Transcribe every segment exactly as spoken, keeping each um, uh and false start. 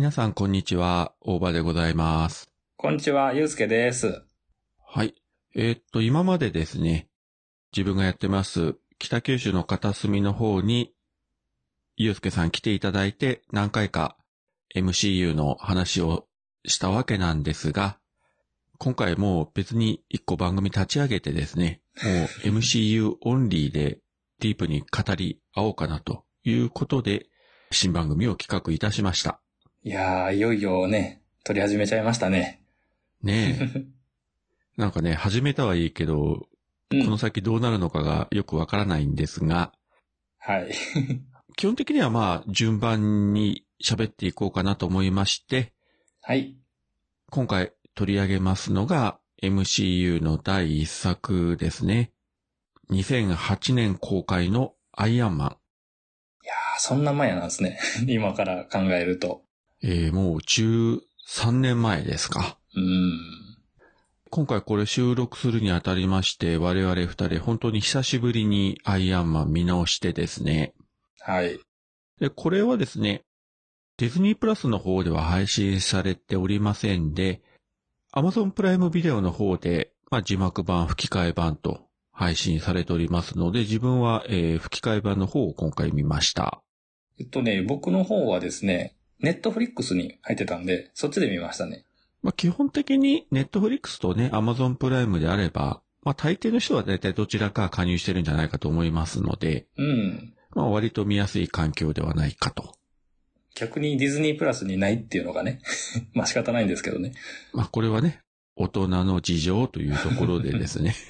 皆さんこんにちは、大場でございます。 こんにちは、ゆうすけです。 はい。えーっと、今までですね、自分がやってます、北九州の片隅の方に、ゆうすけさん来ていただいて、何回か エムシーユー の話をしたわけなんですが、今回もう別に一個番組立ち上げてですね、もう エムシーユー オンリーでディープに語り合おうかなということで、新番組を企画いたしました。 いやー、いよいよね、撮り始めちゃいましたね。 ねえ。なんかね、始めたはいいけど、 うん、 この先どうなるのかがよくわからないんですが、 はい。 基本的にはまあ、順番に喋っていこうかなと思いまして、 はい。 今回取り上げますのが エムシーユー の第一作ですね。にせんはちねん公開のアイアンマン。 いやー、そんな前なんですね。今から考えると。 えー、もうじゅうさんねんまえですか。 うーん。 今回これ収録するにあたりまして、我々二人本当に久しぶりにアイアンマン見直してですね。 はい。 で、これはですね、ディズニープラスの方では配信されておりませんで、Amazon プライムビデオの方で、まあ、字幕版、吹き替え版と配信されておりますので、自分は、えー吹き替え版の方を今回見ました。 えっとね、僕の方はですね、ネットフリックスに入ってたんで、そっちで見ましたね。 まあ、基本的に Netflix とね、Amazon プライムであれば、まあ、大抵の人は大体どちらか加入してるんじゃないかと思いますので、 うん。 まあ、割と見やすい環境ではないかと。 逆にディズニープラスにないっていうのがね。まあ仕方ないんですけどね。 まあ、これはね、大人の事情というところでですね。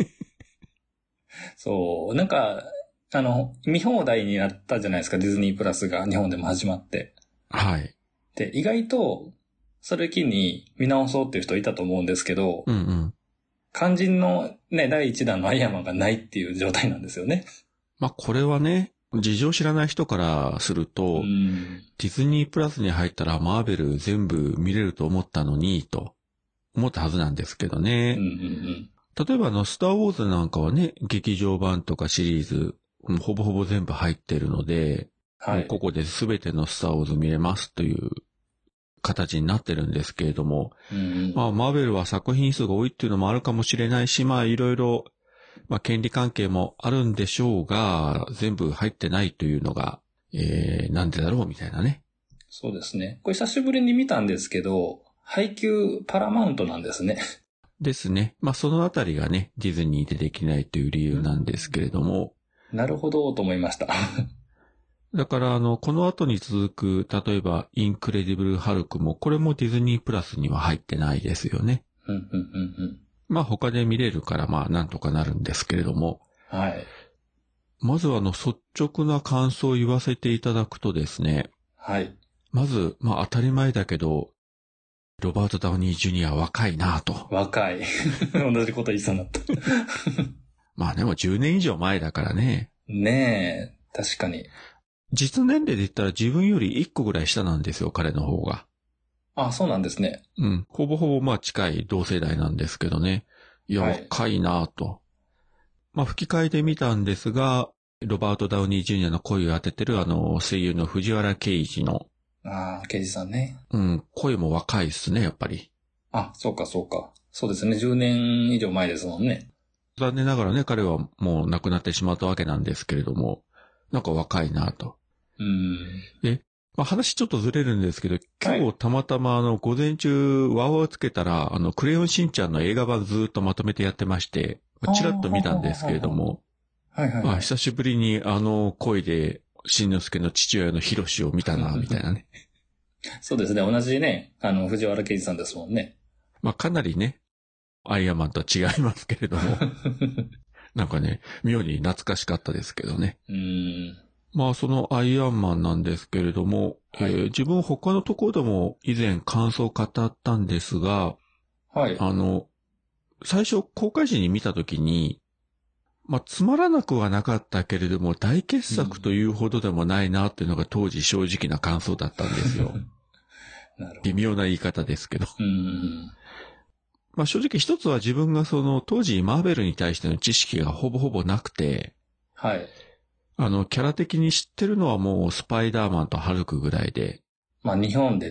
そう、なんか、あの、見放題になったじゃないですか、ディズニープラスが日本でも始まって。 はい。 で、意外と、それ機に見直そうっていう人いたと思うんですけど、 うんうん。 肝心のね、だいいちだんのアイアンマンがないっていう状態なんですよね。 まあ、これはね、事情知らない人からするうと、 ん。 ディズニープラスに入ったらマーベル全部見れると思ったのに、と思ったはずなんですけどうんうんうね。 ん。 例えばあの、スターウォーズなんかはね、劇場版とかシリーズ、もうほぼほぼ全部入ってるので、 はい。 もうここで全てのスターウォーズ見れますという形になってるんですけれども、 うんうん。 まあ、マーベルは作品数が多いっていうのもあるかもしれないし、まあ、いろいろ、まあ、権利関係もあるんでしょうが、全部入ってないというのが、えー、なんでだろうみたいなね。 そうですね。これ久しぶりに見たんですけど、配給パラマウントなんですね。 ですね。まあ、そのあたりがね、ディズニーでできないという理由なんですけれども、 なるほど、と思いました。 だから、あの、この後に続く、例えば、インクレディブル・ハルクも、これもディズニープラスには入ってないですよね。 うんうんうんうん。 まあ、他で見れるから、まあ、なんとかなるんですけれども、 はい。 まずは、あの、率直な感想を言わせていただくとですね、 はい。 まず、まあ、当たり前だけど、ロバート・ダウニー・ジュニア若いなぁと。 若い。同じこと言いそうになった。 まあでもじゅうねん以上前だからね。 ねえ、確かに。 実年齢で言ったら自分よりいっこぐらい下なんですよ、彼の方が。 あ、そうなんですね。 うん。ほぼほぼまあ近い同世代なんですけどね。いや、 はい。 若いなぁと。まあ吹き替えで見たんですが、ロバート・ダウニー・ジュニアの声を当ててるあの声優の藤原啓治の、 ああ、刑事さんね。 うん、声も若いっすね、やっぱり。 あ、そうかそうか。そうですね。じゅうねん以上前ですもんね。 残念ながらね、彼はもう亡くなってしまったわけなんですけれども、なんか若いなと。 うーん。 で、まあ、話ちょっとずれるんですけど、 はい。 今日たまたまあの、午前中、ワウワウつけたら、あの、クレヨンしんちゃんの映画版ずっとまとめてやってまして、 ああ、 チラッと見たんははですけれどははも、 はいはいまあ、 はい。 久しぶりにあの声で、しんのすけの父親のヒロシを見たな、みたいなね。 そうですね。同じね、あの、藤原刑事さんですもんね。 まあ、かなりね、アイアンマンとは違いますけれども、なんかね、妙に懐かしかったですけどね。 うーん。 まあ、そのアイアンマンなんですけれども、えはい。 ー自分他のところでも以前感想を語ったんですが、 はい。 あの、最初公開時に見たときに、まあ、つまらなくはなかったけれども、大傑作というほどでもないなっていうのが当時正直な感想だったんですよ。 なるほど。 微妙な言い方ですけど。 うーん。 まあ、正直一つは自分がその当時マーベルに対しての知識がほぼほぼなくて、 はい。 あの、キャラ的に知ってるのはもうスパイダーマンとハルクぐらいで、 まあ、日本でね、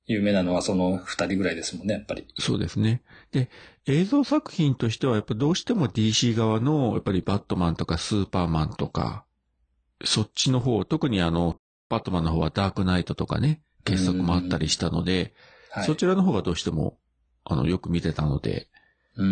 有名なのはその二人ぐらいですもんね、やっぱり。 そうですね。で、映像作品としてはやっぱどうしても ディーシー 側のやっぱりバットマンとかスーパーマンとか、そっちの方、特にあの、バットマンの方はダークナイトとかね、傑作もあったりしたので、 はい、 そちらの方がどうしても、あの、よく見てたので。 うん。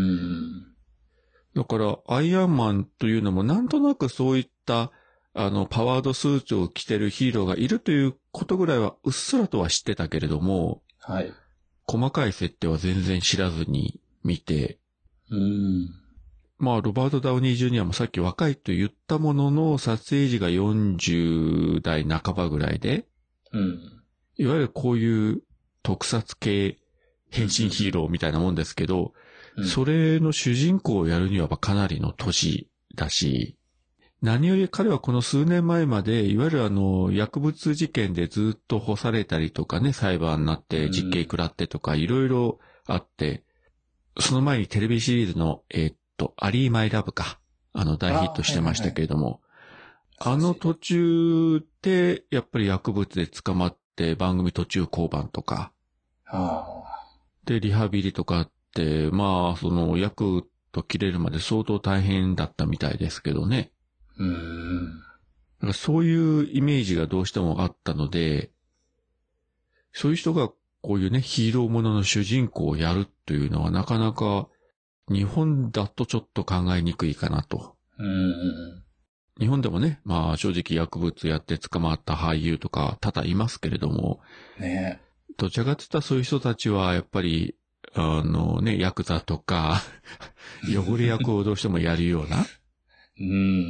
だから、アイアンマンというのもなんとなくそういった、あの、パワードスーツを着てるヒーローがいるということぐらいはうっすらとは知ってたけれども、 はい。 細かい設定は全然知らずに見て、 うん。 まあ、ロバート・ダウニー・ジュニアもさっき若いと言ったものの、撮影時がよんじゅう代半ばぐらいで、 うん。 いわゆるこういう特撮系変身ヒーローみたいなもんですけど、 うん、 それの主人公をやるにはかなりの年だし、何より彼はこの数年前まで、いわゆるあの、薬物事件でずっと干されたりとかね、裁判になって実刑食らってとか、いろいろあって、その前にテレビシリーズの、えー、っと、アリー・マイ・ラブか、あの、大ヒットしてましたけれども、あ,、はいはいはい、あの途中で、やっぱり薬物で捕まって番組途中降板とか、 はあ、 で、リハビリとかあって、まあ、その、薬と切れるまで相当大変だったみたいですけどね。 うーん。 だからそういうイメージがどうしてもあったので、そういう人がこういうね、ヒーローものの主人公をやるというのはなかなか日本だとちょっと考えにくいかなと。 うーん。 日本でもね、まあ正直薬物やって捕まった俳優とか多々いますけれども、 ねえ。 どちらかって言ったらそういう人たちはやっぱり、あのね、ヤクザとか、汚れ役をどうしてもやるような、 うん。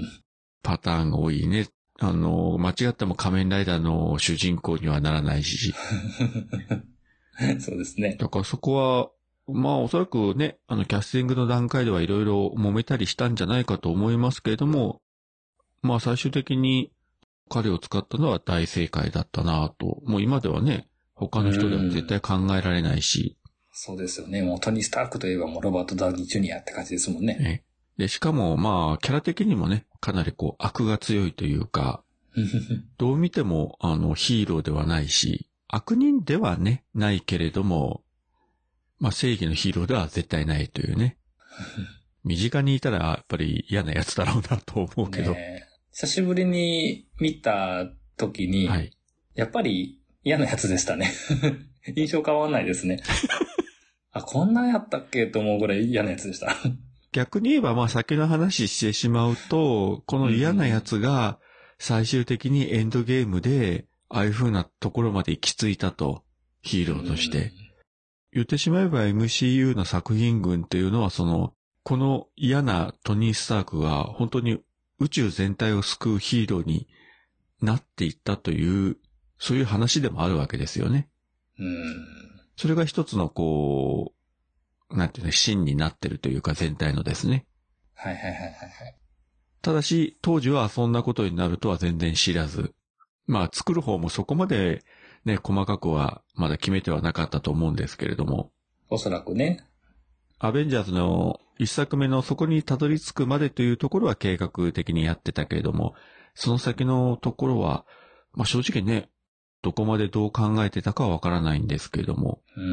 パターンが多いね。あの、間違っても仮面ライダーの主人公にはならないし。 そうですね。 だからそこは、まあおそらくね、あのキャスティングの段階ではいろいろ揉めたりしたんじゃないかと思いますけれども、まあ最終的に彼を使ったのは大正解だったなと。もう今ではね、他の人では絶対考えられないし。 そうですよね。もうトニー・スタークといえばもうロバート・ダウニー・ジュニアって感じですもんね。 ねで、しかもまあキャラ的にもね、かなりこう悪が強いというか、どう見てもあのヒーローではないし、悪人ではね、ないけれども、まあ正義のヒーローでは絶対ないというね。身近にいたらやっぱり嫌なやつだろうなと思うけど。 ね、久しぶりに見た時に、はい、やっぱり嫌なやつでしたね。印象変わんないですね。あ、こんなやったっけと思うぐらい嫌なやつでした。 逆に言えば、まあ先の話してしまうと、この嫌なやつが最終的にエンドゲームで、ああいう風なところまで行き着いたと、ヒーローとして。言ってしまえば エムシーユー の作品群っていうのは、その、この嫌なトニー・スタークが本当に宇宙全体を救うヒーローになっていったという、そういう話でもあるわけですよね。 うん。 それが一つのこう、なんていうの、芯になってるというか全体のですね。 はいはいはいはい。 ただし、当時はそんなことになるとは全然知らず。まあ作る方もそこまでね、細かくはまだ決めてはなかったと思うんですけれども。 おそらくね。 アベンジャーズの一作目のそこにたどり着くまでというところは計画的にやってたけれども、その先のところは、まあ正直ね、どこまでどう考えてたかはわからないんですけれども。 うん。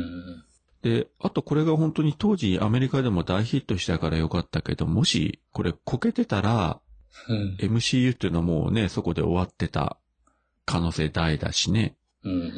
で、あとこれが本当に当時アメリカでも大ヒットしたからよかったけど、もしこれこけてたら、うん、エムシーユー っていうのはもうね、そこで終わってた可能性大だしね。 うんうんうん、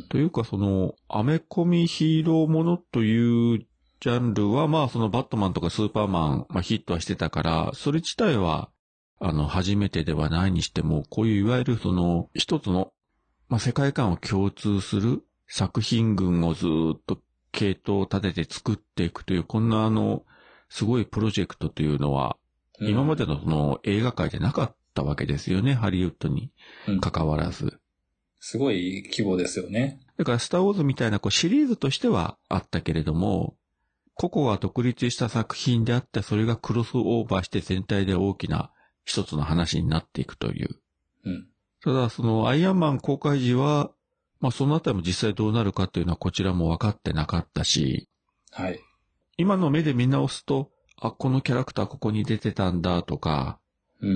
というかその、アメコミヒーローものというジャンルは、まあそのバットマンとかスーパーマン、まあヒットはしてたから、それ自体は、あの、初めてではないにしても、こういういわゆるその、一つの、まあ世界観を共通する作品群をずっと系統を立てて作っていくという、こんなあの、すごいプロジェクトというのは、うん、今までのその映画界でなかったわけですよね、ハリウッドに関わらず。うん、 すごい規模ですよね。 だからスターウォーズみたいなこうシリーズとしてはあったけれども、個々は独立した作品であって、それがクロスオーバーして全体で大きな一つの話になっていくという。 うん、 ただ、そのアイアンマン公開時は、まあそのあたりも実際どうなるかというのはこちらも分かってなかったし、 はい。 今の目で見直すと、あ、このキャラクターここに出てたんだとか、 うんうん、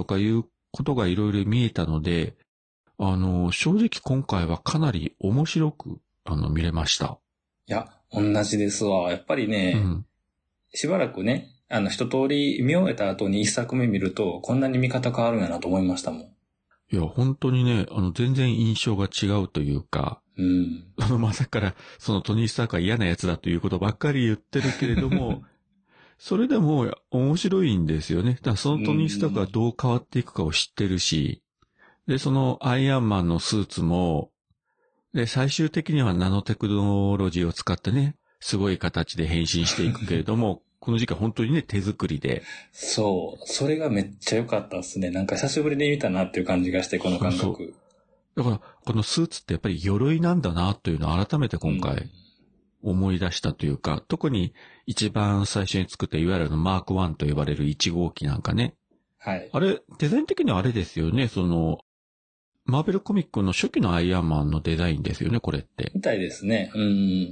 あ、このシーンはここに繋がるんだとかいうことがいろいろ見えたので、 あの、正直今回はかなり面白く、あの、見れました。 いや、同じですわ。やっぱりね、うん、しばらくね、あの、一通り見終えた後に一作目見ると、こんなに見方変わるんやなと思いましたもん。いや、本当にね、あの、全然印象が違うというか、うん。あの、まさから、そのトニー・スタークは嫌なやつだということばっかり言ってるけれども、それでも面白いんですよね。だからそのトニー・スタークがどう変わっていくかを知ってるし、で、そのアイアンマンのスーツも、で、最終的にはナノテクノロジーを使ってね、すごい形で変身していくけれども、この時期は本当にね、手作りで。 そう。それがめっちゃ良かったですね。なんか久しぶりに見たなっていう感じがして、この感覚。そうそうだから、このスーツってやっぱり鎧なんだなというのを改めて今回思い出したというか、うん、特に一番最初に作ったいわゆるのマークワンと呼ばれるいち号機なんかね。はい。あれ、デザイン的にはあれですよね、その、マーベルコミックの初期のアイアンマンのデザインですよね、これって。 みたいですね。うん。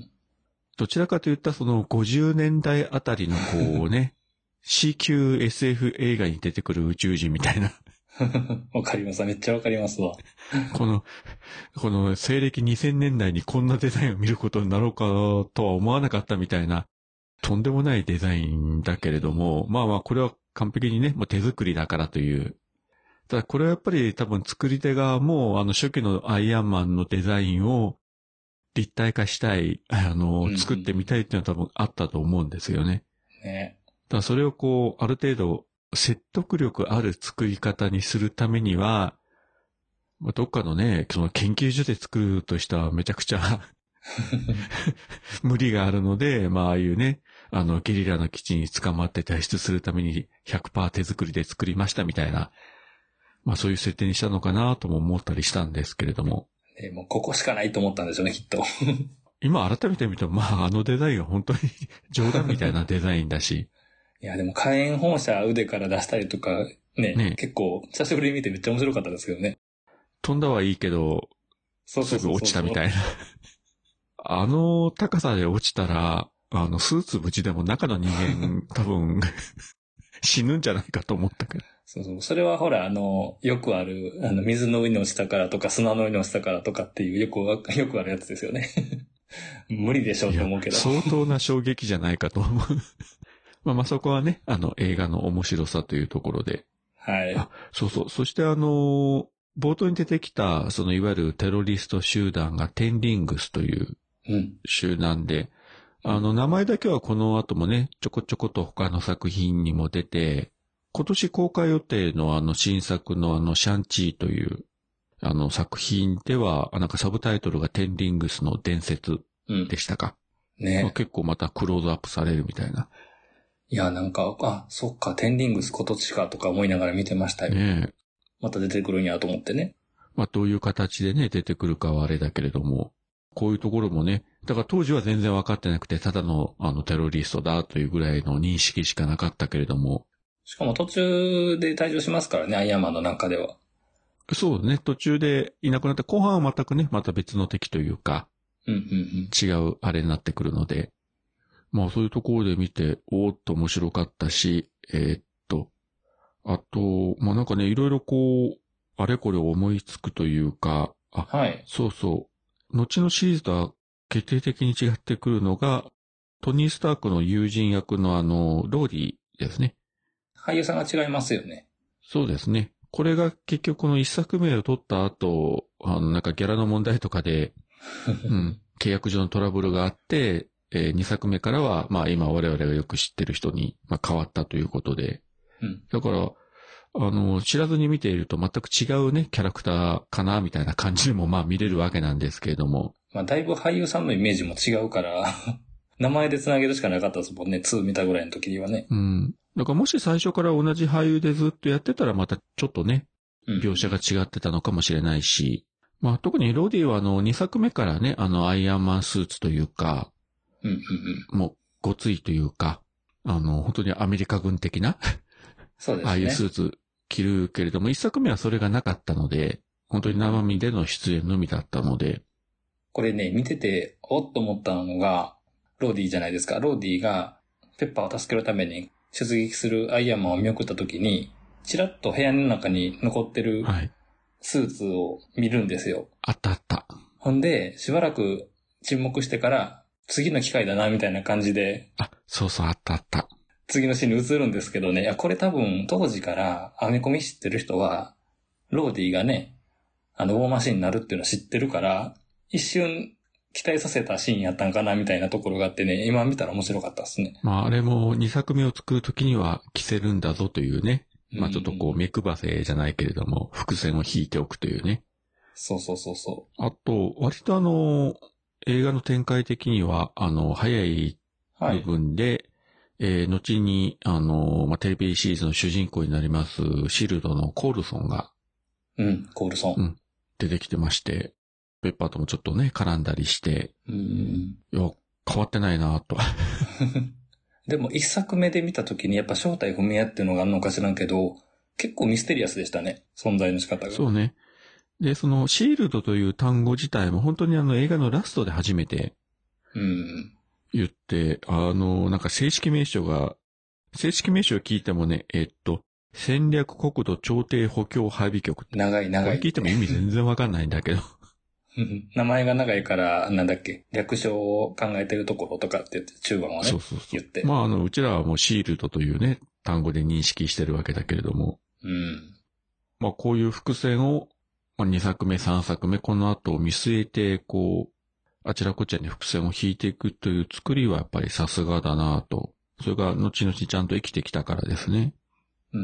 どちらかといったそのごじゅうねんだいあたりのこうね、C 級 エスエフ 映画に出てくる宇宙人みたいな。 わかります。めっちゃわかりますわ。 この、この西暦にせんねんだいにこんなデザインを見ることになろうかとは思わなかったみたいな、とんでもないデザインだけれども、まあまあこれは完璧にね、もう手作りだからという。ただこれはやっぱり多分作り手がもうあの初期のアイアンマンのデザインを立体化したい、あの、作ってみたいっていうのは多分あったと思うんですよね。ね。だからそれをこう、ある程度説得力ある作り方にするためには、どっかのね、その研究所で作るとしたらめちゃくちゃ無理があるので、まあああいうね、あのゲリラの基地に捕まって脱出するために ひゃくパーセント 手作りで作りましたみたいな、まあそういう設定にしたのかなとも思ったりしたんですけれども。 えー、もうここしかないと思ったんでしょうね、きっと。 今改めて見ても、まああのデザインは本当に冗談みたいなデザインだし。 いやでも火炎放射腕から出したりとかね、ね結構久しぶりに見てめっちゃ面白かったですけどね。 飛んだはいいけど、すぐ落ちたみたいな。あの高さで落ちたら、あの、スーツ無事でも中の人間多分死ぬんじゃないかと思ったけど。 そうそう。それはほら、あの、よくある、あの、水の上に落ちたからとか、砂の上に落ちたからとかっていう、よく、よくあるやつですよね。無理でしょうと思うけど。 相当な衝撃じゃないかと思う。まあまあそこはね、あの、映画の面白さというところで。はい。あ、そうそう。そしてあの、冒頭に出てきた、そのいわゆるテロリスト集団がテンリングスという集団で、うん、あの、名前だけはこの後もね、ちょこちょこと他の作品にも出て、今年公開予定のあの新作のあのシャンチーというあの作品では、なんかサブタイトルがテンリングスの伝説でしたか。うん、ね、まあ、結構またクローズアップされるみたいな。 いや、なんか、あ、そっか、テンリングス今年かとか思いながら見てましたよ。ねえ。また出てくるんやと思ってね。 まあどういう形でね、出てくるかはあれだけれども、こういうところもね、だから当時は全然分かってなくて、ただのあのテロリストだというぐらいの認識しかなかったけれども。 しかも途中で退場しますからね、アイアンマンの中では。 そうね、途中でいなくなって後半は全くね、また別の敵というか、うんうんうん、違うあれになってくるので、まあそういうところで見て、おーっと面白かったし、えー、っと、あと、まあなんかね、いろいろこう、あれこれ思いつくというか、あ、はい。そうそう。後のシリーズとは決定的に違ってくるのが、トニー・スタークの友人役のあの、ローリーですね。 俳優さんが違いますよね。 そうですね。これが結局この一作目を撮った後、あの、なんかギャラの問題とかで、うん、契約上のトラブルがあって、えー、にさくめからは、まあ今我々がよく知ってる人に、まあ、変わったということで。うん、だから、あの、知らずに見ていると全く違うね、キャラクターかな、みたいな感じでもまあ見れるわけなんですけれども。 まあだいぶ俳優さんのイメージも違うから、名前で繋げるしかなかったですもんね、ツー見たぐらいの時にはね。 うん。だからもし最初から同じ俳優でずっとやってたらまたちょっとね、描写が違ってたのかもしれないし、うん、まあ特にロディはあのにさくめからね、あのアイアンマンスーツというか、うんうんうん、もうごついというか、あの本当にアメリカ軍的なそうですね。ああいうスーツ着るけれども、一作目はそれがなかったので、本当に生身での出演のみだったので。 これね、見てて、おっと思ったのが、ローディじゃないですか。ローディがペッパーを助けるために出撃するアイアンマンを見送った時に、ちらっと部屋の中に残ってるスーツを見るんですよ。 あったあった。 ほんで、しばらく沈黙してから、次の機会だな、みたいな感じで。 あ、そうそう、あったあった。 次のシーンに移るんですけどね。いや、これ多分、当時からアメコミ知ってる人は、ローディがね、あの、ウォーマシーンになるっていうのを知ってるから、一瞬期待させたシーンやったんかな、みたいなところがあってね、今見たら面白かったですね。 まあ、あれもにさくめを作るときには着せるんだぞというね。まあ、ちょっとこう、目配せじゃないけれども、伏線を引いておくというね。 そうそうそうそう。 あと、割とあの、映画の展開的には、あの、早い部分で、はい、えー、後に、あの、まあ、テレビシリーズの主人公になります、シールドのコールソンが、 うん、コールソン。 うん、出てきてまして、ペッパーともちょっとね、絡んだりして、 うん。 いや、変わってないなと。 でも一作目で見たときにやっぱ正体不明っていうのがあるのか知らんけど、結構ミステリアスでしたね、存在の仕方が。 そうね。で、そのシールドという単語自体も本当にあの映画のラストで初めて言って、うん、あの、なんか正式名称が、正式名称を聞いてもね、えっと、戦略国土調停補強配備局って。 長い長い。 これ聞いても意味全然わかんないんだけど。 名前が長いから、なんだっけ、略称を考えてるところとかって言って、中盤はね、そうそうそう言って。 まあ、あの、うちらはもうシールドというね、単語で認識してるわけだけれども。 うん。 まあ、こういう伏線を、まあ、にさくめ、さんさくめ、この後を見据えて、こう、あちらこちらに伏線を引いていくという作りはやっぱりさすがだなと。それが後々ちゃんと生きてきたからですね。 うん。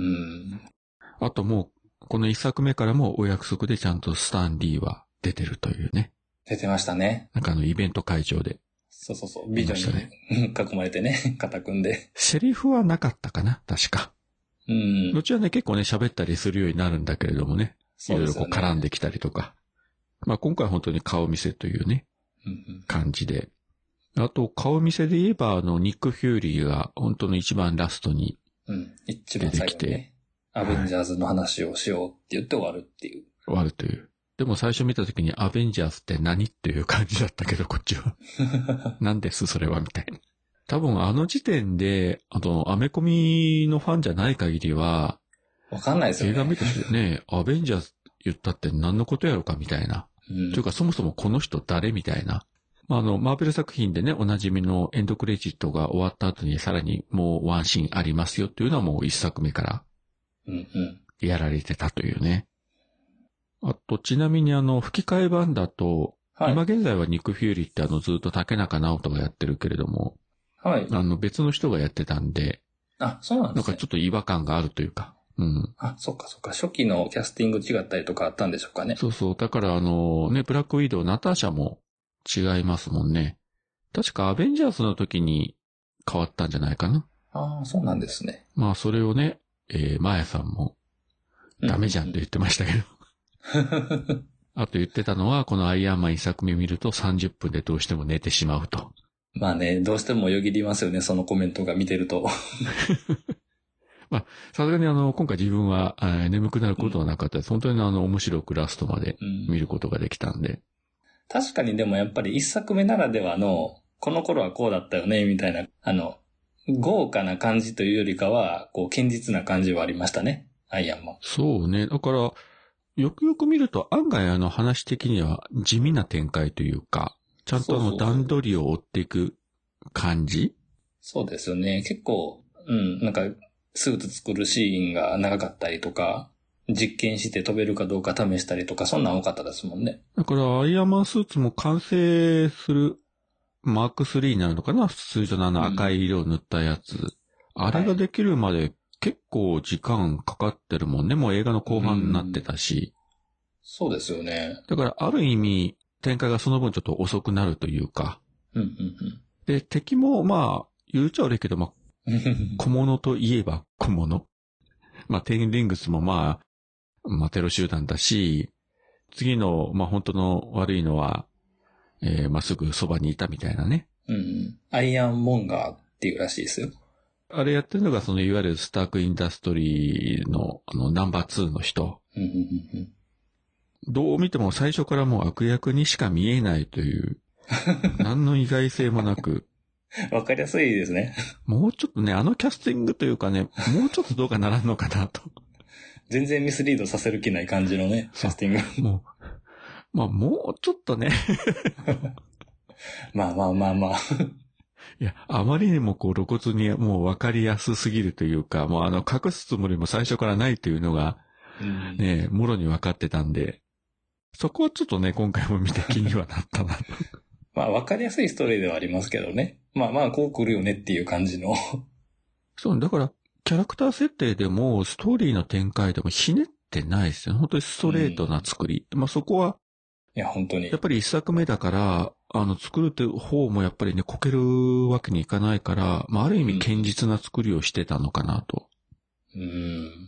あともう、このいっさくめからもお約束でちゃんとスタンリーは出てるというね。 出てましたね。 なんかあのイベント会場で。 そうそうそう。ビジョンに囲まれてね、肩組んで。 セリフはなかったかな、確か。うん。後はね、結構ね、喋ったりするようになるんだけれどもね。いろいろこう絡んできたりとか。まあ今回は本当に顔見せというね、うんうん、感じで。あと、顔見せで言えば、あの、ニック・フューリーが本当の一番ラストに出てきて、うんね、 アベンジャーズの話をしようって言って終わるっていう。 終わるという。でも最初見た時にアベンジャーズって何っていう感じだったけど、こっちは。何ですそれはみたいな。多分あの時点で、あの、アメコミのファンじゃない限りは、 わかんないですよね。 映画見ててね、アベンジャーズ言ったって何のことやろかみたいな。うん、というかそもそもこの人誰みたいな。まあ、あの、マーベル作品でね、おなじみのエンドクレジットが終わった後にさらにもうワンシーンありますよっていうのはもう一作目からやられてたというね。あと、ちなみにあの、吹き替え版だと、はい、今現在はニック・フューリーってあの、ずっと竹中直人がやってるけれども、はい。あの、別の人がやってたんで、 あ、そうなんですね。 なんかちょっと違和感があるというか、うん。 あ、そっかそっか。初期のキャスティング違ったりとかあったんでしょうかね。 そうそう。だからあの、ね、ブラックウィドウ、ナターシャも違いますもんね。確かアベンジャーズの時に変わったんじゃないかな。 ああ、そうなんですね。 まあ、それをね、えー、マヤさんも、ダメじゃんって言ってましたけど。あと言ってたのは、このアイアンマン一作目見るとさんじゅっぷんでどうしても寝てしまうと。 まあね、どうしてもよぎりますよね、そのコメントが見てると。 まあ、さすがにあの、今回自分は、えー、眠くなることはなかったです。うん、本当にあの、面白くラストまで見ることができたんで。うん、 確かにでもやっぱり一作目ならではの、この頃はこうだったよね、みたいな、あの、豪華な感じというよりかは、こう、堅実な感じはありましたね、アイアンマン。 そうね。だから、よくよく見ると案外あの話的には地味な展開というか、ちゃんとあの段取りを追っていく感じ？ そうですよね。結構、うん、なんか、スーツ作るシーンが長かったりとか、実験して飛べるかどうか試したりとか、そんなん多かったですもんね。 だから、アイアンマンスーツも完成する、マークスリーになるのかな？通常のあの赤い色を塗ったやつ。うん、あれができるまで結構時間かかってるもんね。もう映画の後半になってたし。 うん、そうですよね。 だから、ある意味、展開がその分ちょっと遅くなるというか。 うんうんうん、 で、敵もまあ、言うちゃ悪いけど、まあ、小物といえば小物。まあ、テインリングスもまあ、まあ、テロ集団だし、次の、まあ、本当の悪いのは、えー、まあ、すぐそばにいたみたいなね。 うん。アイアンモンガーっていうらしいですよ。 あれやってるのが、その、いわゆるスタークインダストリーの、あの、ナンバーツーの人。 うんうんうん、 どう見ても最初からもう悪役にしか見えないという、何の意外性もなく。 わかりやすいですね。 もうちょっとね、あのキャスティングというかね、もうちょっとどうかならんのかなと。 全然ミスリードさせる気ない感じのね、キャスティング。 もう、まあもうちょっとね。 まあまあまあまあ。 いや、あまりにもこう露骨にもう分かりやすすぎるというか、もうあの隠すつもりも最初からないというのが、ね、うん、もろに分かってたんで、そこはちょっとね、今回も見て気にはなったな。 まあ分かりやすいストーリーではありますけどね。まあまあこう来るよねっていう感じの。 そう、だからキャラクター設定でもストーリーの展開でもひねってないですよ。本当にストレートな作り。うん、まあそこは、 いや本当に。 やっぱり一作目だから、あの、作るって方もやっぱりね、こけるわけにいかないから、まあ、ある意味堅実な作りをしてたのかなと。 うん。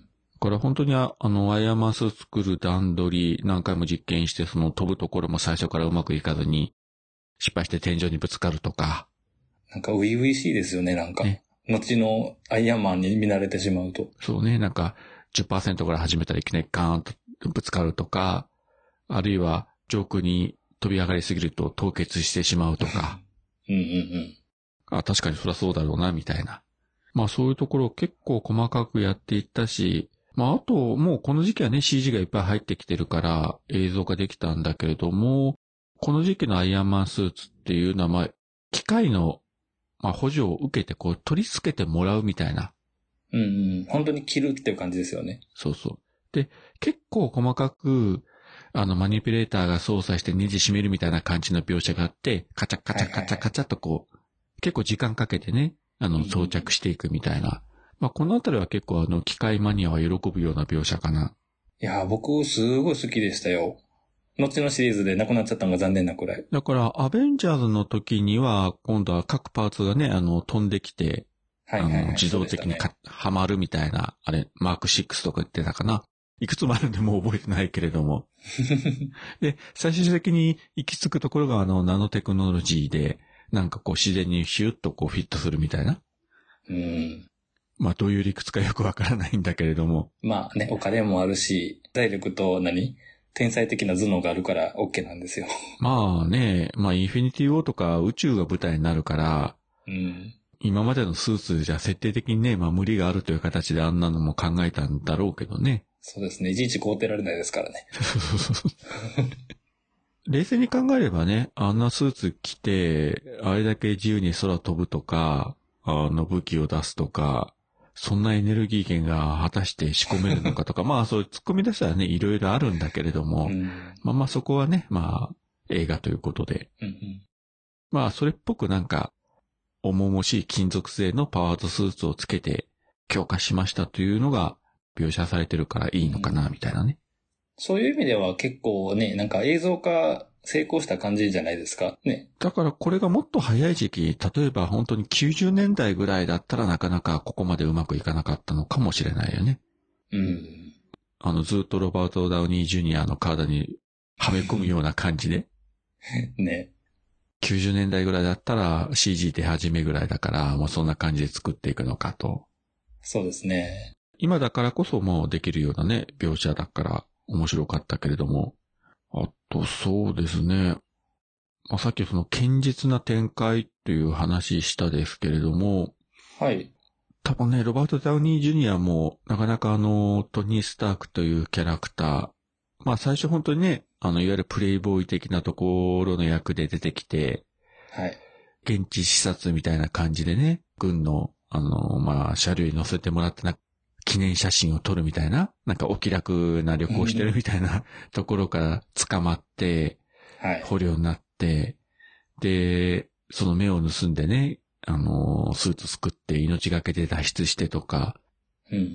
だから本当にあ、あの、アイアンマンス作る段取り、何回も実験して、その飛ぶところも最初からうまくいかずに、失敗して天井にぶつかるとか。 なんか、初々しいですよね、なんか。ね、後のアイアンマンに見慣れてしまうと。 そうね、なんか、じゅっパーセント から始めたらいきなりガーンとぶつかるとか、あるいは上空に飛び上がりすぎると凍結してしまうとか。 うんうんうん。 あ、確かにそりゃそうだろうな、みたいな。まあそういうところを結構細かくやっていったし、まああと、もうこの時期はね シージー がいっぱい入ってきてるから映像ができたんだけれども、この時期のアイアンマンスーツっていうのは、まあ、機械の、まあ、補助を受けてこう取り付けてもらうみたいな。 うんうん。本当に着るっていう感じですよね。 そうそう。で、結構細かく、あの、マニピュレーターが操作してネジ締めるみたいな感じの描写があって、カチャカチャカチャカチャとこう、結構時間かけてね、あの、装着していくみたいな。うん、まあ、このあたりは結構あの、機械マニアは喜ぶような描写かな。 いや、僕、すごい好きでしたよ。後のシリーズでなくなっちゃったのが残念なくらい。 だから、アベンジャーズの時には、今度は各パーツがね、あの、飛んできて、はいはいはい、あの、自動的にか、ね、はまるみたいな、あれ、マークシックスとか言ってたかな。いくつもあるんでもう覚えてないけれども。で、最終的に行き着くところがあの、ナノテクノロジーで、なんかこう自然にヒュッとこうフィットするみたいな。 うん。 まあどういう理屈かよくわからないんだけれども。 まあね、お金もあるし、財力と何天才的な頭脳があるから OK なんですよ。 まあね、まあインフィニティウォーとか宇宙が舞台になるから、 うん、 今までのスーツじゃ設定的にね、まあ無理があるという形であんなのも考えたんだろうけどね。 そうですね。いちいち買うてられないですからね。 冷静に考えればね、あんなスーツ着て、あれだけ自由に空飛ぶとか、あの武器を出すとか、そんなエネルギー源が果たして仕込めるのかとか、まあそういう突っ込み出したらね、いろいろあるんだけれども、うん、まあまあそこはね、まあ映画ということで、 うんうん、 まあそれっぽくなんか、重々しい金属製のパワードスーツをつけて強化しましたというのが描写されてるからいいのかな、みたいなね。 そういう意味では結構ね、なんか映像化成功した感じじゃないですかね。 だからこれがもっと早い時期、例えば本当にきゅうじゅうねんだいぐらいだったらなかなかここまでうまくいかなかったのかもしれないよね。 うん。 あのずっとロバート・ダウニー・ジュニアの体にはめ込むような感じで。 ね。 きゅうじゅうねんだいぐらいだったら シージー 出始めぐらいだから、もうそんな感じで作っていくのかと。 そうですね。 今だからこそもうできるようなね、描写だから面白かったけれども。あとそうですね。まあ、さっきその堅実な展開っていう話したですけれども。 はい。 多分ね、ロバート・ダウニー・ジュニアもなかなかあの、トニー・スタークというキャラクター。まあ最初本当にね、あの、いわゆるプレイボーイ的なところの役で出てきて。 はい。 現地視察みたいな感じでね、軍の、あの、まあ、車両に乗せてもらってな、記念写真を撮るみたいな、なんかお気楽な旅行してるみたいなところから捕まって、 はい。 捕虜になって、で、その目を盗んでね、あの、スーツ作って命がけで脱出してとか、 うんうんうん、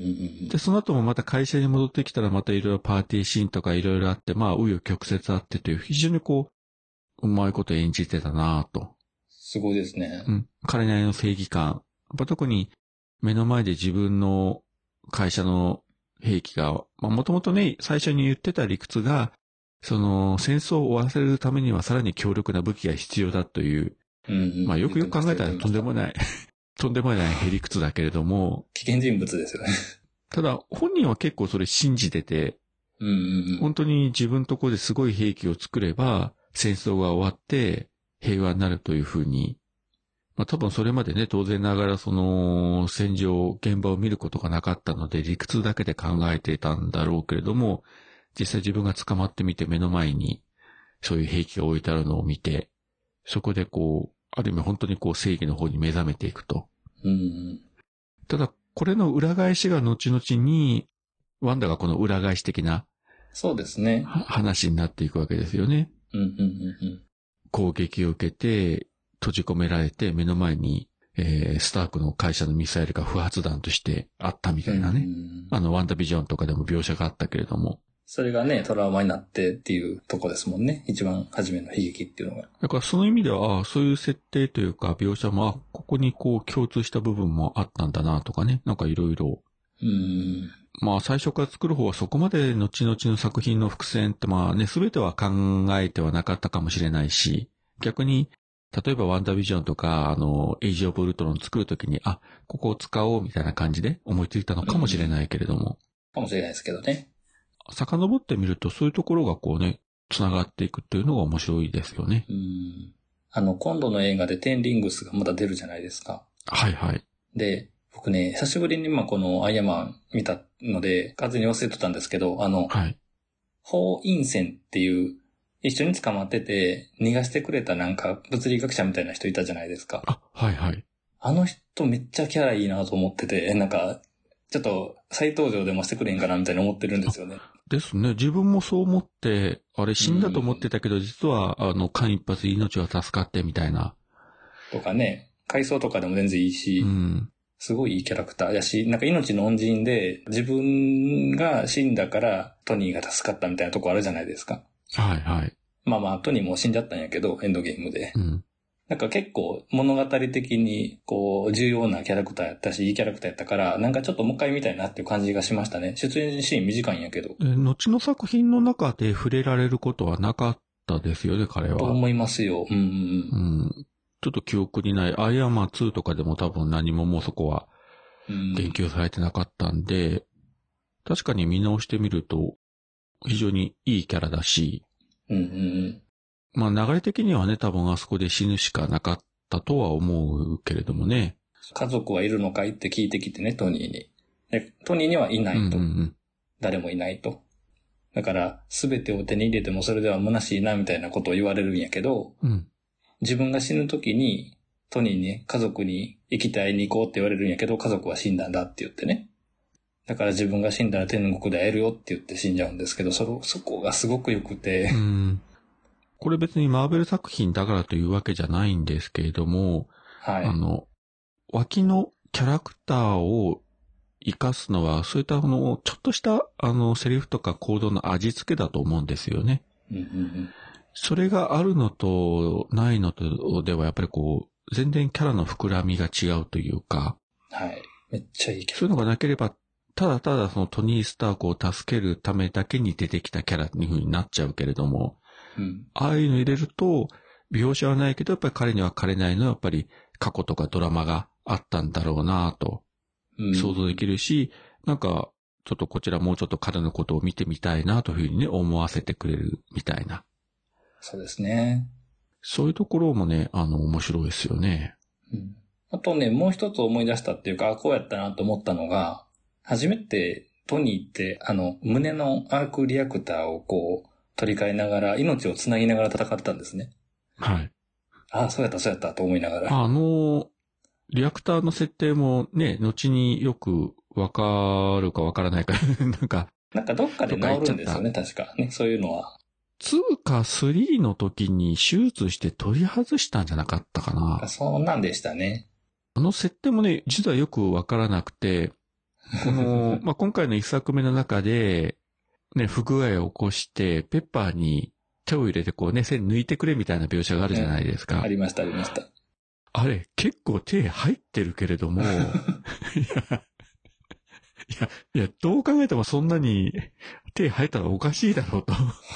で、その後もまた会社に戻ってきたらまたいろいろパーティーシーンとかいろいろあって、まあ、紆余曲折あってという、非常にこう、うまいこと演じてたなぁと。 すごいですね。 うん。彼なりの正義感。やっぱ特に目の前で自分の会社の兵器が、まあもともとね、最初に言ってた理屈が、その戦争を終わらせるためにはさらに強力な武器が必要だという、 うんうん、 まあよくよく考えたらとんでもない、とんでもないへ理屈だけれども。 危険人物ですよね。 ただ本人は結構それ信じてて、 うんうんうん、 本当に自分のところですごい兵器を作れば戦争が終わって、平和になるというふうに、 まあ多分それまでね、当然ながらその戦場、現場を見ることがなかったので理屈だけで考えていたんだろうけれども、実際自分が捕まってみて目の前にそういう兵器が置いてあるのを見て、そこでこう、ある意味本当にこう正義の方に目覚めていくと。 うん、 ただ、これの裏返しが後々に、ワンダがこの裏返し的な、 そうですね。 話になっていくわけですよね。 うんうんうんうん、 攻撃を受けて、閉じ込められて、目の前に、えー、スタークの会社のミサイルが不発弾としてあったみたいなね。うん、あの、ワンダビジョンとかでも描写があったけれども。 それがね、トラウマになってっていうとこですもんね。一番初めの悲劇っていうのが。 だからその意味では、あそういう設定というか描写も、あ、ここにこう共通した部分もあったんだなとかね。なんかいろいろ。 うん。 まあ最初から作る方はそこまで後々の作品の伏線ってまあね、すべては考えてはなかったかもしれないし、逆に、例えばワンダービジョンとか、あの、エイジオブウルトロン作るときに、あ、ここを使おうみたいな感じで思いついたのかもしれないけれども。 かもしれないですけどね。 遡ってみるとそういうところがこうね、繋がっていくっていうのが面白いですよね。 うん。あの、今度の映画でテンリングスがまた出るじゃないですか。 はいはい。 で、僕ね、久しぶりにまあこのアイアンマン見たので、完全に忘れてたんですけど、あの、はい。ホー・インセンっていう、一緒に捕まってて、逃がしてくれたなんか物理学者みたいな人いたじゃないですか。 あ、はいはい。 あの人めっちゃキャラいいなと思ってて、なんか、ちょっと再登場でもしてくれんかなみたいに思ってるんですよね。 ですね。自分もそう思って、あれ死んだと思ってたけど、実は、あの、間一髪命は助かってみたいな。 とかね、回想とかでも全然いいし、うん、すごいいいキャラクターやし、なんか命の恩人で、自分が死んだからトニーが助かったみたいなとこあるじゃないですか。 はいはい。 まあまあ、トニーも死んじゃったんやけど、エンドゲームで。うん。なんか結構物語的にこう重要なキャラクターやったし、いいキャラクターやったから、なんかちょっともう一回見たいなっていう感じがしましたね。出演シーン短いんやけど。 後の作品の中で触れられることはなかったですよね、彼は。 と思いますよ。うん、うん。うん。 ちょっと記憶にない。アイアンマンツーとかでも多分何ももうそこは言及されてなかったんで、うん、確かに見直してみると非常にいいキャラだし、うんうんうん。まあ流れ的にはね、多分あそこで死ぬしかなかったとは思うけれどもね。 家族はいるのかいって聞いてきてね、トニーに。トニーにはいないと。うんうんうん、誰もいないと。だから、すべてを手に入れてもそれでは虚しいなみたいなことを言われるんやけど、うん、自分が死ぬ時に、トニーに家族に生きて会いに行こうって言われるんやけど、家族は死んだんだって言ってね。だから自分が死んだら天国で会えるよって言って死んじゃうんですけど、そ、そこがすごく良くて。 うん。これ別にマーベル作品だからというわけじゃないんですけれども、はい。あの、脇のキャラクターを活かすのは、そういったあの、ちょっとした、あの、セリフとか行動の味付けだと思うんですよね。うんうんうん、それがあるのと、ないのとでは、やっぱりこう、全然キャラの膨らみが違うというか。 はい。めっちゃいいキャラ。 そういうのがなければ、ただただそのトニー・スタークを助けるためだけに出てきたキャラっていう風になっちゃうけれども、うん、ああいうの入れると、描写はないけど、やっぱり彼には彼なりのやっぱり過去とかドラマがあったんだろうなと、想像できるし、うん、なんか、ちょっとこちらもうちょっと彼のことを見てみたいなというふうにね、思わせてくれるみたいな。 そうですね。 そういうところもね、あの、面白いですよね。 うん、あとね、もう一つ思い出したっていうか、こうやったなと思ったのが、初めてトニーって、あの、胸のアークリアクターをこう、取り替えながら、命をつなぎながら戦ってたんですね。はい。ああ、そうやった、そうやったと思いながら。 あの、リアクターの設定もね、後によくわかるかわからないか、なんか。 なんかどっかで治るんですよね、確か。ね、そういうのは。 ツーかスリーの時に手術して取り外したんじゃなかったかな。 そんなんでしたね。 あの設定もね、実はよくわからなくて、この、まあ、今回の一作目の中で、ね、不具合を起こして、ペッパーに手を入れてこうね、線抜いてくれみたいな描写があるじゃないですか。 ありました、ありました。 あれ、結構手入ってるけれども、いや、いや、いや、どう考えてもそんなに手入ったらおかしいだろうと。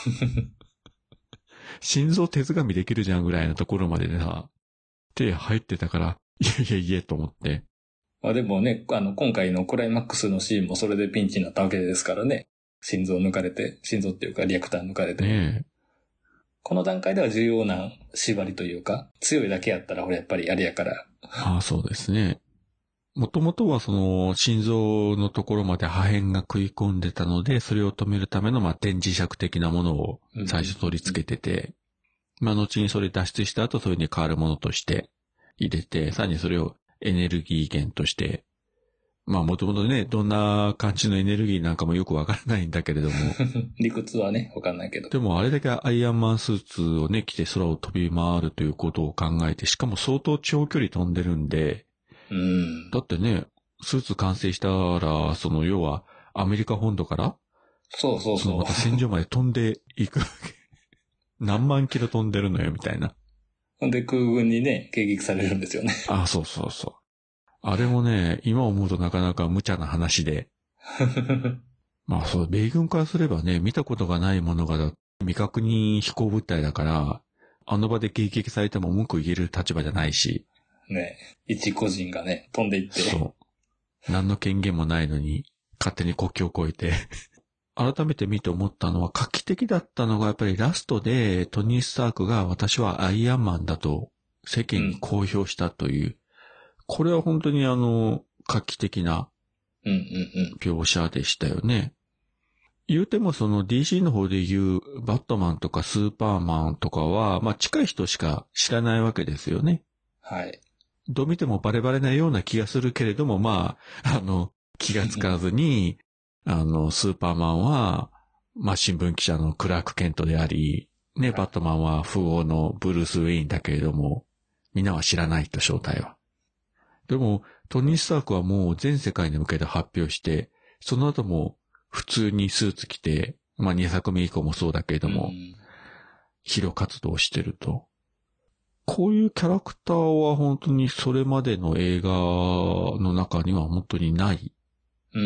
心臓手掴みできるじゃんぐらいのところまでさ、手入ってたから、いやいやいやと思って。 まあでもね、あの、今回のクライマックスのシーンもそれでピンチになったわけですからね。心臓抜かれて、心臓っていうかリアクター抜かれて。ねえ。この段階では重要な縛りというか、強いだけやったら俺やっぱりあれやから、 ああ、そうですね。もともとはその心臓のところまで破片が食い込んでたので、それを止めるためのまあ電磁石的なものを最初取り付けてて、まあ後にそれ脱出した後それに変わるものとして入れて、さらにそれをエネルギー源として、まあもともとね、どんな感じのエネルギーなんかもよくわからないんだけれども。 理屈はね、わかんないけど。 でもあれだけアイアンマンスーツをね、着て空を飛び回るということを考えて、しかも相当長距離飛んでるんで、 うん。 だってね、スーツ完成したら、その要はアメリカ本土からそうそうそう。 そのまた戦場まで飛んでいくわけ。何万キロ飛んでるのよ、みたいな。 ほんで空軍にね、迎撃されるんですよね。 あ、そうそうそう。あれもね、今思うとなかなか無茶な話で。まあそう、米軍からすればね、見たことがないものが未確認飛行物体だから、あの場で迎撃されても文句言える立場じゃないし。 ね、一個人がね、飛んでいって。 そう。何の権限もないのに、勝手に国境を越えて。改めて見て思ったのは、画期的だったのがやっぱりラストでトニー・スタークが私はアイアンマンだと世間に公表したという、うん、これは本当にあの、画期的な描写でしたよね。うんうんうん、言うてもその ディーシー の方で言うバットマンとかスーパーマンとかは、まあ近い人しか知らないわけですよね。 はい。 どう見てもバレバレなような気がするけれども、まあ、あの、気がつかずに、あの、スーパーマンは、まあ、新聞記者のクラーク・ケントであり、ね、バットマンは富豪のブルース・ウェインだけれども、みんなは知らないと、正体は。でも、トニー・スタークはもう全世界に向けて発表して、その後も普通にスーツ着て、まあ、にさくめ以降もそうだけれども、ヒーロー活動をしてると。こういうキャラクターは本当にそれまでの映画の中には本当にない、 うん、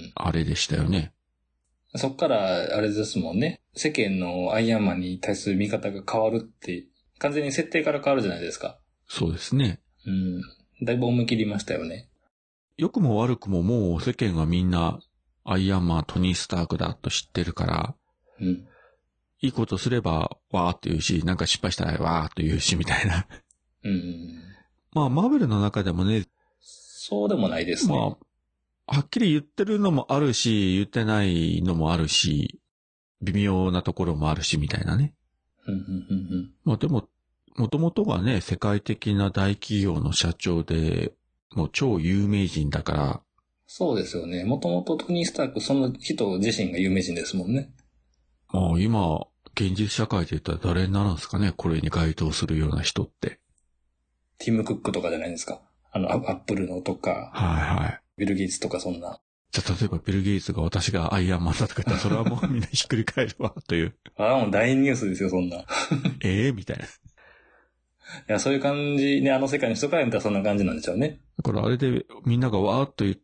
あれでしたよね。 そっから、あれですもんね。世間のアイアンマンに対する見方が変わるって、完全に設定から変わるじゃないですか。 そうですね。 うん。だいぶ思い切りましたよね。 良くも悪くももう世間はみんなアイアンマン、トニー・スタークだと知ってるから、 うん。 いいことすればわーって言うし、なんか失敗したらわーって言うしみたいな。 うん。 まあ、マーベルの中でもね。 そうでもないですね。まあはっきり言ってるのもあるし、言ってないのもあるし、微妙なところもあるし、みたいなね。 うんうんうんうん、 まあでも、もともとがね、世界的な大企業の社長で、もう超有名人だから。 そうですよね。もともとトニー・スターク、その人自身が有名人ですもんね。 まあ今、現実社会で言ったら誰になるんですかね、これに該当するような人って。 ティム・クックとかじゃないですか。あの、アップルのとか。 はいはい。 ビル・ゲイツとかそんな。 じゃあ例えばビル・ゲイツが私がアイアンマンだとか言ったらそれはもうみんなひっくり返るわという。 ああ、もう大ニュースですよ、そんな。 ええみたいな。いや、そういう感じね、あの世界の人から見たらそんな感じなんでしょうね。 だからあれでみんながわーっと言った、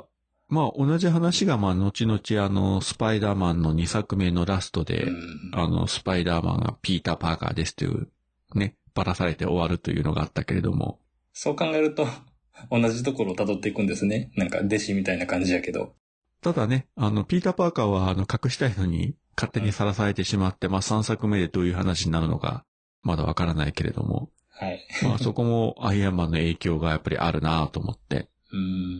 まあ同じ話がまあ後々あのスパイダーマンのにさくめのラストで、あのスパイダーマンがピーター・パーカーですというね、ばらされて終わるというのがあったけれども。 そう考えると、同じところを辿っていくんですね。なんか弟子みたいな感じやけど。 ただね、あの、ピーター・パーカーはあの隠したいのに勝手にさらされてしまって、うん、まあさんさくめでどういう話になるのかまだわからないけれども。 はい。 まあそこもアイアンマンの影響がやっぱりあるなと思って。 うん。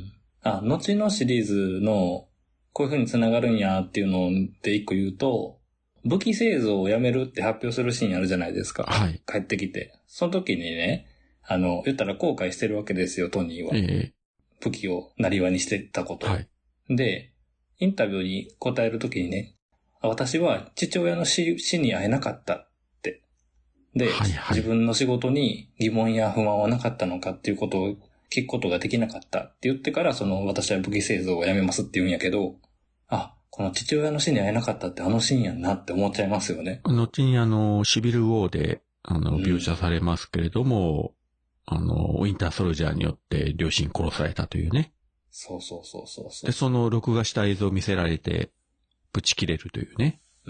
あ、後のシリーズのこういう風に繋がるんやっていうので一個言うと、武器製造をやめるって発表するシーンあるじゃないですか。 はい。 帰ってきて。その時にね、あの、言ったら後悔してるわけですよ、トニーは。 ええ。 武器をなりわにしてたこと。 はい。 で、インタビューに答えるときにね、私は父親の 死, 死に会えなかったって。で、はいはい、自分の仕事に疑問や不満はなかったのかっていうことを聞くことができなかったって言ってから、その私は武器製造をやめますって言うんやけど、あ、この父親の死に会えなかったってあのシーンやんなって思っちゃいますよね。 後にあの、シビルウォーで、あの、描写されますけれども、うん、あの、ウィンターソルジャーによって両親殺されたというね。 そうそうそうそうそう。 で、その録画した映像を見せられて、ブチ切れるというね。 うん。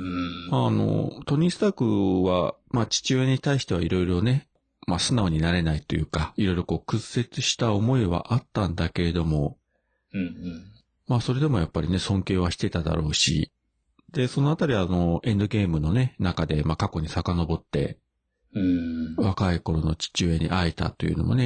あの、トニー・スタークは、まあ父親に対してはいろいろね、まあ素直になれないというか、いろいろこう屈折した思いはあったんだけれども、 うんうん。 まあそれでもやっぱりね、尊敬はしてただろうし、で、そのあたりはあの、エンドゲームのね、中で、まあ過去に遡って、 うん。 若い頃の父親に会えたというのもね、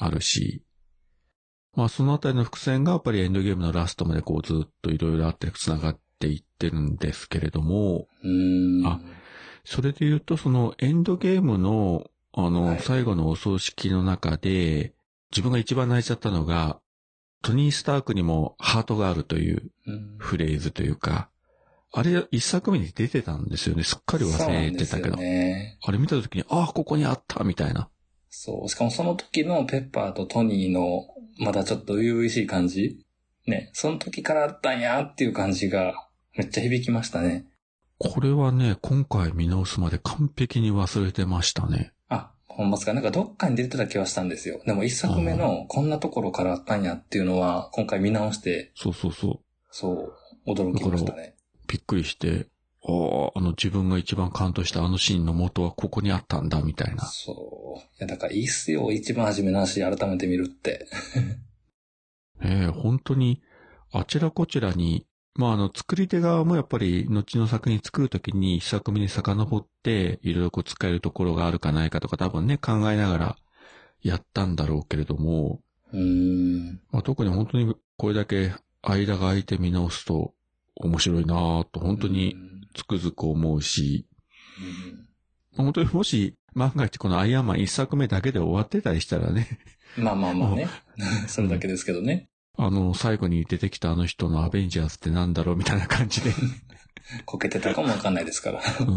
あるし、まあそのあたりの伏線がやっぱりエンドゲームのラストまでこうずっといろいろあって繋がっていってるんですけれども、 うーん。 あ、それで言うとそのエンドゲームのあの、 はい、 最後のお葬式の中で、自分が一番泣いちゃったのが、トニー・スタークにもハートがあるというフレーズというか、あれ一作目に出てたんですよね。すっかり忘れてたけど。 ね、 あれ見た時に、ああ、ここにあったみたいな。 そう。しかもその時のペッパーとトニーの、まだちょっと初々しい感じね。その時からあったんやっていう感じが、めっちゃ響きましたね。 これはね、今回見直すまで完璧に忘れてましたね。 あ、ほんまっすか。なんかどっかに出てた気はしたんですよ。でも一作目のこんなところからあったんやっていうのは、今回見直して。 そうそうそう。 そう、驚きましたね。 びっくりして、ああ、あの自分が一番感動したあのシーンの元はここにあったんだ、みたいな。 そう。いや、だからいいっすよ。一番初めの話改めて見るって。 ええ、本当に、あちらこちらに、まあ、あの、作り手側もやっぱり、後の作品作るときに一作目に遡って、いろいろこう使えるところがあるかないかとか多分ね、考えながらやったんだろうけれども、 うーん。 まあ、特に本当にこれだけ間が空いて見直すと面白いなぁと本当につくづく思うし、 うん、 本当にもし万が一このアイアンマン一作目だけで終わってたりしたらね。 まあまあまあね。それだけですけどね。 あの、最後に出てきたあの人のアベンジャーズってなんだろうみたいな感じで。 こけてたかもわかんないですから。 うん。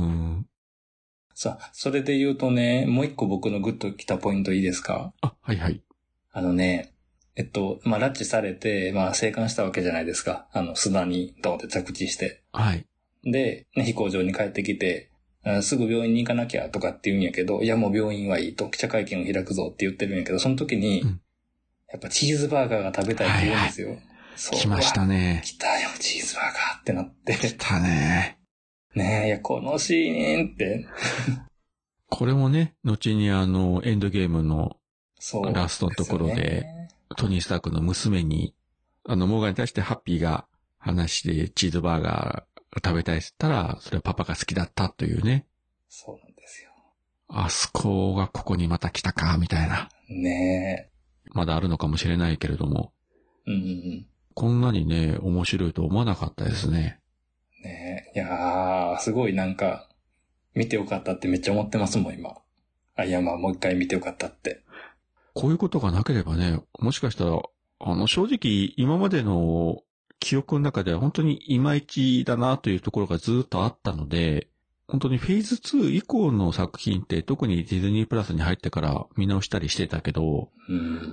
さあ、それで言うとね、もう一個僕のグッときたポイントいいですか？ あ、はいはい。 あのね、えっと、まあ、拉致されて、まあ、生還したわけじゃないですか。あの、砂にドーンって着地して。 はい。 で、ね、飛行場に帰ってきて、すぐ病院に行かなきゃとかって言うんやけど、いやもう病院はいいと、記者会見を開くぞって言ってるんやけど、その時に、うん、やっぱチーズバーガーが食べたいって言うんですよ。はいはい、そう。 来ましたね。 来たよ、チーズバーガーってなって。 来たね。 ねえ、いや、このシーンって。 これもね、後にあの、エンドゲームのラストのところで、でね、トニー・スタークの娘に、あの、モーガンに対してハッピーが話してチーズバーガー食べたいって言ったら、それはパパが好きだったというね。 そうなんですよ。 あそこがここにまた来たか、みたいな。 ねえ。 まだあるのかもしれないけれども。 うんうんうん。 こんなにね、面白いと思わなかったですね。 ねえ。いやー、すごいなんか、見てよかったってめっちゃ思ってますもん、今。あ、いや、まあもう一回見てよかったって。 こういうことがなければね、もしかしたら、あの、正直、今までの記憶の中では本当にいまいちだなというところがずっとあったので、本当にフェーズツー以降の作品って特にディズニープラスに入ってから見直したりしてたけど、 うん、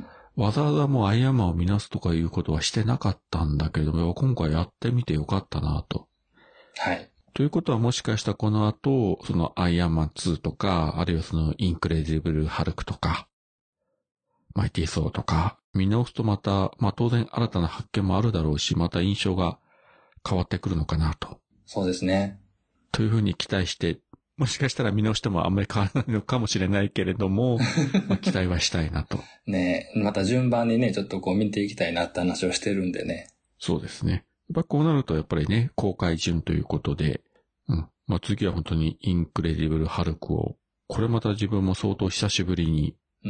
わざわざもうアイアンマンを見直すとかいうことはしてなかったんだけれども、今回やってみてよかったなと。 はい。 ということはもしかしたらこの後、そのアイアンマンツーとか、あるいはそのインクレディブル・ハルクとか、マイティー・ソーとか、見直すとまた、まあ当然新たな発見もあるだろうし、また印象が変わってくるのかなと。 そうですね。 というふうに期待して、もしかしたら見直してもあんまり変わらないのかもしれないけれども、まあ期待はしたいなと。 ねえ、また順番にね、ちょっとこう見ていきたいなって話をしてるんでね。 そうですね。やっぱこうなるとやっぱりね、公開順ということで、うん。まあ次は本当にインクレディブル・ハルクを、これまた自分も相当久しぶりに、うん。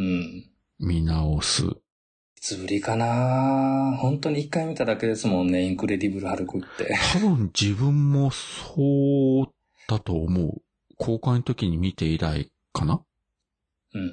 見直す。いつぶりかな本当に一回見ただけですもんね、インクレディブル・ハルクって。 多分自分もそうだと思う。公開の時に見て以来かな。 うんうん。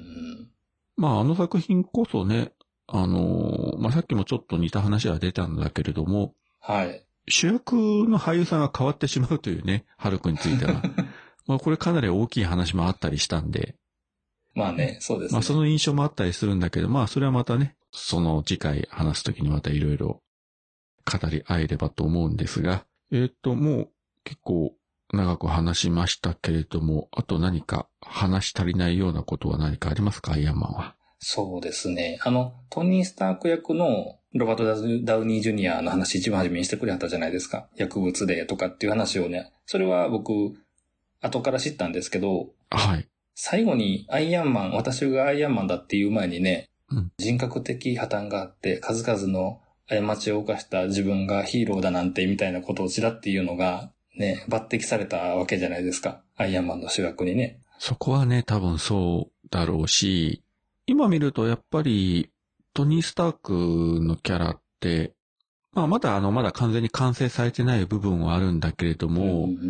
まああの作品こそね、あのー、まあさっきもちょっと似た話は出たんだけれども、 はい。 主役の俳優さんが変わってしまうというね、ハルクについては。まあこれかなり大きい話もあったりしたんで。 まあね、そうですね。 まあその印象もあったりするんだけど、まあそれはまたね、その次回話すときにまたいろいろ語り合えればと思うんですが、えっと、もう結構長く話しましたけれども、あと何か話し足りないようなことは何かありますか、アイアンマンは。 そうですね。あの、トニー・スターク役のロバート・ダウニー・ジュニアの話一番初めにしてくれはったじゃないですか。薬物でとかっていう話をね。それは僕、後から知ったんですけど、 はい。 最後にアイアンマン、私がアイアンマンだっていう前にね、 うん、 人格的破綻があって、数々の過ちを犯した自分がヒーローだなんてみたいなことをちらっていうのが、ね、抜擢されたわけじゃないですか。アイアンマンの主役にね。 そこはね、多分そうだろうし、今見るとやっぱり、 トニー・スタークのキャラって、まあまだあの、まだ完全に完成されてない部分はあるんだけれども、 うんうんうんうん、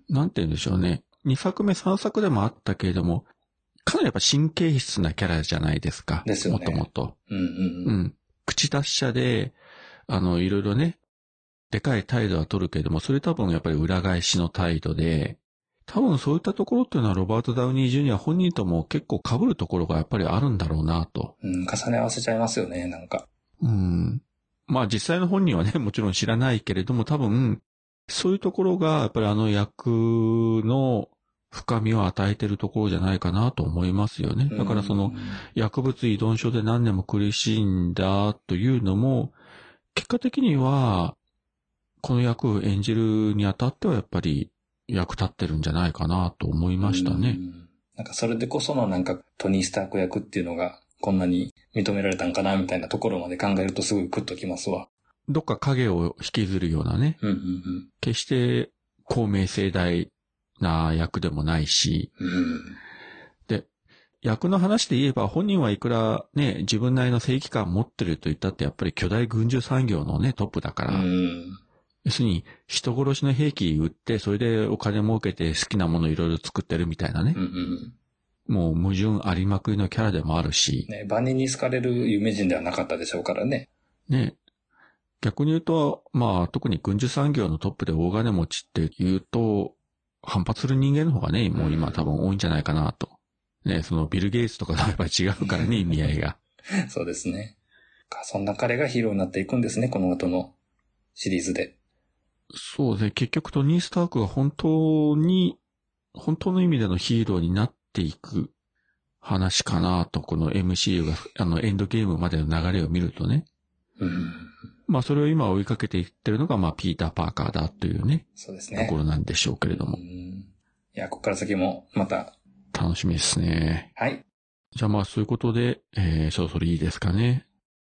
なんて言うんでしょうね。にさくめ、さんさくでもあったけれども、かなりやっぱ神経質なキャラじゃないですか。 ですよね。 もともと。 うんうんうん。 うん。口達者で、あの、いろいろね、でかい態度は取るけれども、それ多分やっぱり裏返しの態度で、多分そういったところっていうのはロバート・ダウニー・ジュニア本人とも結構被るところがやっぱりあるんだろうなと。 うん、重ね合わせちゃいますよね、なんか。 うん。まあ実際の本人はね、もちろん知らないけれども、多分、そういうところがやっぱりあの役の深みを与えてるところじゃないかなと思いますよね。だからその薬物依存症で何年も苦しんだというのも、結果的には、この役を演じるにあたってはやっぱり役立ってるんじゃないかなと思いましたね。 なんかそれでこそのなんかトニー・スターク役っていうのがこんなに認められたんかなみたいなところまで考えるとすごいグッときますわ。 どっか影を引きずるようなね。 うんうんうん、 決して公明正大な役でもないし、 うん、 で、役の話で言えば本人はいくらね、自分なりの正義感を持ってると言ったってやっぱり巨大軍需産業のね、トップだから、 うん、 要するに人殺しの兵器売ってそれでお金儲けて好きなものいろいろ作ってるみたいなね、 うんうん、 もう矛盾ありまくりのキャラでもあるし、 ね、万人に好かれる有名人ではなかったでしょうからね。 ね、逆に言うと、まあ特に軍需産業のトップで大金持ちって言うと、反発する人間の方がね、もう今多分多いんじゃないかなと。ね、そのビル・ゲイツとかとやっぱり違うからね、意味合いが。 そうですね。そんな彼がヒーローになっていくんですね、この後のシリーズで。そうですね、結局トニー・スタークが本当に、本当の意味でのヒーローになっていく話かなと、この エムシーユー が、あの、エンドゲームまでの流れを見るとね。 うん、 まあそれを今追いかけていってるのが、まあピーター・パーカーだというね。 そうですね。 ところなんでしょうけれども。 うん、いや、ここから先もまた。 楽しみですね。 はい。 じゃあまあそういうことで、えー、そろそろいいですかね。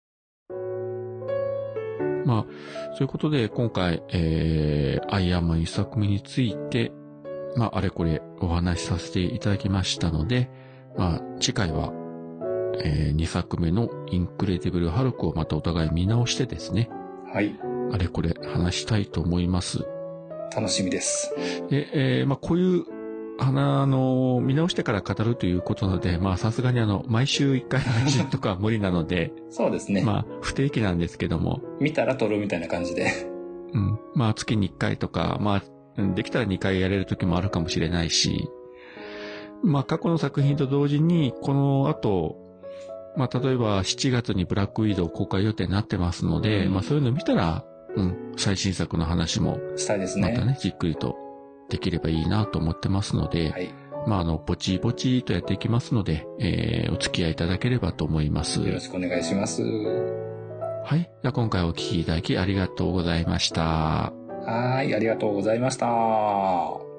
まあ、そういうことで今回、えー、アイアンマン一作目について、まああれこれお話しさせていただきましたので、まあ次回は、えー、にさくめのインクレディブル・ハルクをまたお互い見直してですね。 はい。 あれこれ話したいと思います。 楽しみです。 で、えー、まあこういう花、あの、見直してから語るということなので、まあさすがにあの、毎週一回配信とかは無理なので、 そうですね。 まあ不定期なんですけども。 見たら撮るみたいな感じで。 うん。まあ月にいっかいとか、まあ、できたらにかいやれる時もあるかもしれないし、まあ過去の作品と同時に、この後、まあ例えばしちがつにブラックウィドウ公開予定になってますので、うん、まあそういうの見たら、うん、最新作の話も、 したいですね。 またね、じっくりとできればいいなと思ってますので、はい、まああの、ぼちぼちとやっていきますので、えー、お付き合いいただければと思います。 よろしくお願いします。 はい。じゃあ今回お聞きいただきありがとうございました。 はい、ありがとうございました。